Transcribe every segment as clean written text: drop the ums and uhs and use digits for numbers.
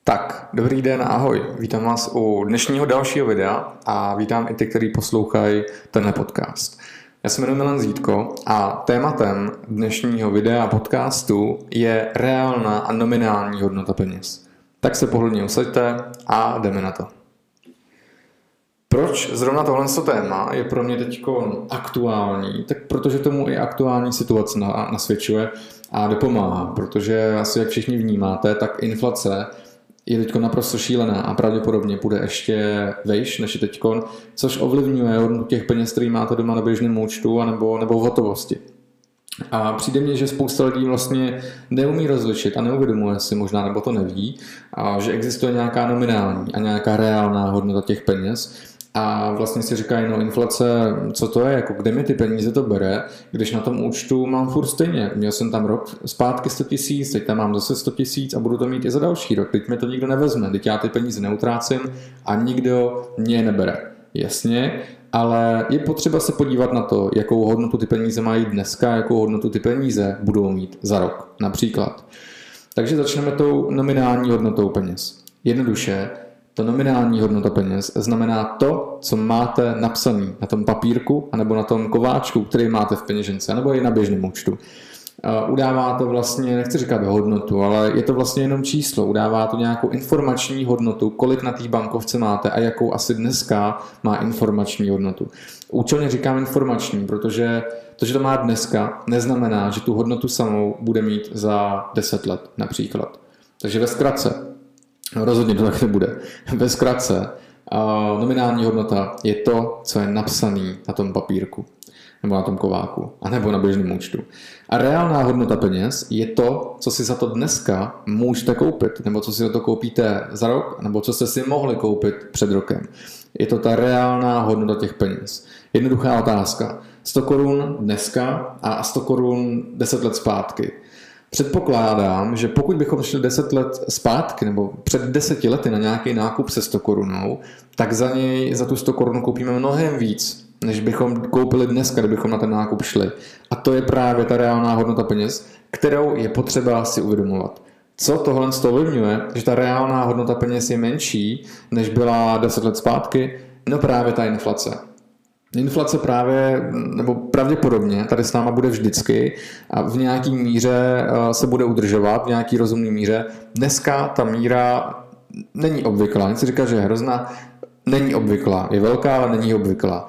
Tak, dobrý den, ahoj. Vítám vás u dnešního dalšího videa a vítám i ty, kteří poslouchají tenhle podcast. Já se jmenuji Milan Zítko a tématem dnešního videa a podcastu je reálná a nominální hodnota peněz. Tak se pohodlně usaďte a jdeme na to. Proč zrovna tohle téma je pro mě teď aktuální? Tak protože tomu i aktuální situace nasvědčuje a dopomáhá, protože asi jak všichni vnímáte, tak inflace je teď naprosto šílená a pravděpodobně půjde ještě vejš než je teď, což ovlivňuje hodnotu těch peněz, který máte doma na běžném účtu nebo v hotovosti. A přijde mně, že spousta lidí vlastně neumí rozlišit a neuvědomuje si možná, nebo to neví, že existuje nějaká nominální a nějaká reálná hodnota těch peněz. A vlastně si říkají, no inflace, co to je, jako kde mi ty peníze to bere, když na tom účtu mám furt stejně. Měl jsem tam rok zpátky 100 000, teď tam mám zase 100 000 a budu to mít i za další rok. Teď mi to nikdo nevezme, teď já ty peníze neutrácím a nikdo mě je nebere. Jasně, ale je potřeba se podívat na to, jakou hodnotu ty peníze mají dneska, jakou hodnotu ty peníze budou mít za rok, například. Takže začneme tou nominální hodnotou peněz. Jednoduše, ta nominální hodnota peněz znamená to, co máte napsaný na tom papírku anebo na tom kováčku, který máte v peněžence, nebo i na běžném účtu. Udává to vlastně, nechci říkat hodnotu, ale je to vlastně jenom číslo. Udává to nějakou informační hodnotu, kolik na té bankovce máte a jakou asi dneska má informační hodnotu. Účelně říkám informační, protože to, že to má dneska, neznamená, že tu hodnotu samou bude mít za 10 let například. Takže ve zkratce, rozhodně to tak nebude. Ve zkratce, nominální hodnota je to, co je napsané na tom papírku, nebo na tom kováku, anebo na běžném účtu. A reálná hodnota peněz je to, co si za to dneska můžete koupit, nebo co si za to koupíte za rok, nebo co jste si mohli koupit před rokem. Je to ta reálná hodnota těch peněz. Jednoduchá otázka. 100 korun dneska a 100 korun 10 let zpátky. Předpokládám, že pokud bychom šli 10 let zpátky nebo před 10 lety na nějaký nákup se 100 korunou, tak za něj, za tu 100 korun koupíme mnohem víc, než bychom koupili dneska, kdybychom na ten nákup šli. A to je právě ta reálná hodnota peněz, kterou je potřeba si uvědomovat. Co tohle ovlivňuje, že ta reálná hodnota peněz je menší, než byla 10 let zpátky? No právě ta inflace. Inflace právě, nebo pravděpodobně tady s náma bude vždycky a v nějaký míře se bude udržovat, v nějaký rozumný míře. Dneska ta míra není obvyklá, nechci říkat, že je hrozná, není obvyklá, je velká, ale není obvyklá.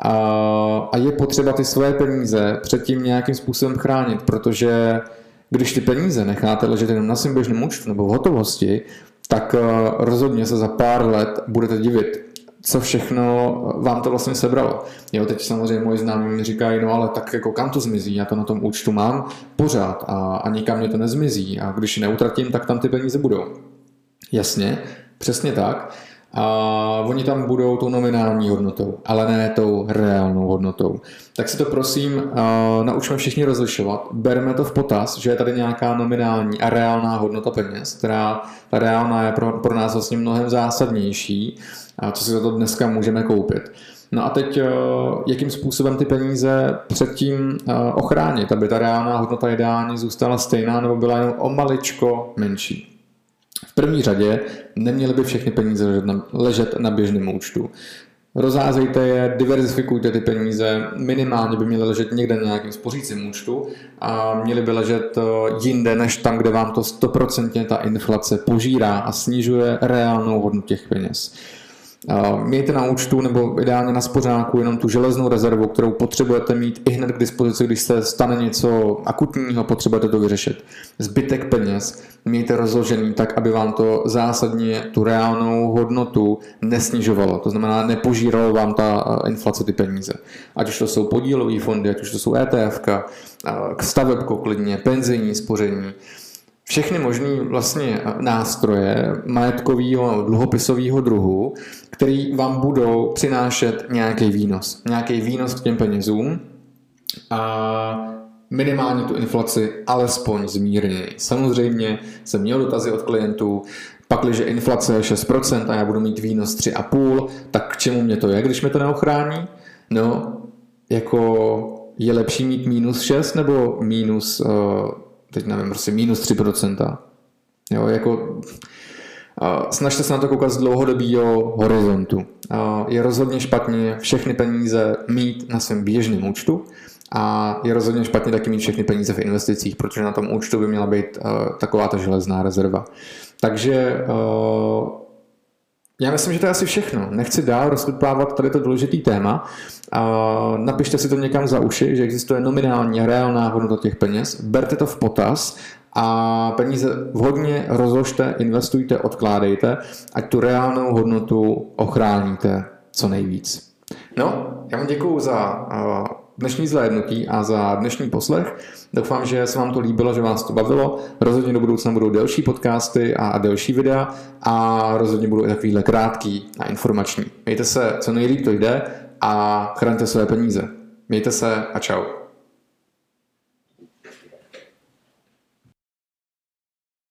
A je potřeba ty své peníze předtím nějakým způsobem chránit, protože když ty peníze necháte ležet jenom na svém běžném účtu nebo v hotovosti, tak rozhodně se za pár let budete divit, co všechno vám to vlastně sebralo. Jo, teď samozřejmě moji známí mi říkají, no ale tak jako kam to zmizí, já to na tom účtu mám pořád a nikam mě to nezmizí a když ji neutratím, tak tam ty peníze budou. Jasně, přesně tak. A oni tam budou tou nominální hodnotou, ale ne tou reálnou hodnotou. Tak si to prosím naučme všichni rozlišovat. Bereme to v potaz, že je tady nějaká nominální a reálná hodnota peněz, která ta reálná je pro nás vlastně mnohem zásadnější, co si za to dneska můžeme koupit. No a teď, jakým způsobem ty peníze předtím ochránit, aby ta reálná hodnota ideálně zůstala stejná nebo byla jenom o maličko menší. V první řadě neměly by všechny peníze ležet na běžném účtu. Rozházejte je, diverzifikujte ty peníze, minimálně by měly ležet někde na nějakým spořícím účtu a měly by ležet jinde, než tam, kde vám to 100% ta inflace požírá a snižuje reálnou hodnotu těch peněz. Mějte na účtu nebo ideálně na spořáku jenom tu železnou rezervu, kterou potřebujete mít i hned k dispozici, když se stane něco akutního, potřebujete to vyřešit. Zbytek peněz mějte rozložený tak, aby vám to zásadně tu reálnou hodnotu nesnižovalo. To znamená, nepožíralo vám ta inflace ty peníze. Ať už to jsou podílové fondy, ať už to jsou ETFka, stavebko klidně, penzijní spoření. Všechny možný vlastně nástroje majetkového, dluhopisového druhu, který vám budou přinášet nějaký výnos. Nějaký výnos k těm penězům a minimálně tu inflaci alespoň zmírněji. Samozřejmě jsem měl dotazy od klientů, pakliže inflace je 6% a já budu mít výnos 3,5%, tak k čemu mě to je, když mě to neochrání? No, jako je lepší mít -6 nebo minus, teď nevím, prostě -3%. Jo, jako Snažte se na to koukat z dlouhodobého horizontu. Je rozhodně špatně všechny peníze mít na svém běžném účtu a je rozhodně špatně taky mít všechny peníze v investicích, protože na tom účtu by měla být taková ta železná rezerva. Takže já myslím, že to je asi všechno. Nechci dál rozpitvávat tady to důležitý téma. Napište si to někam za uši, že existuje nominální a reálná hodnota těch peněz. Berte to v potaz a peníze vhodně rozložte, investujte, odkládejte, ať tu reálnou hodnotu ochráníte co nejvíc. No, já vám děkuju za dnešní zhlédnutí a za dnešní poslech. Doufám, že se vám to líbilo, že vás to bavilo. Rozhodně do budoucna budou delší podcasty a delší videa a rozhodně budou i takovýhle krátký a informační. Mějte se co nejlíp to jde a chraňte své peníze. Mějte se a čau.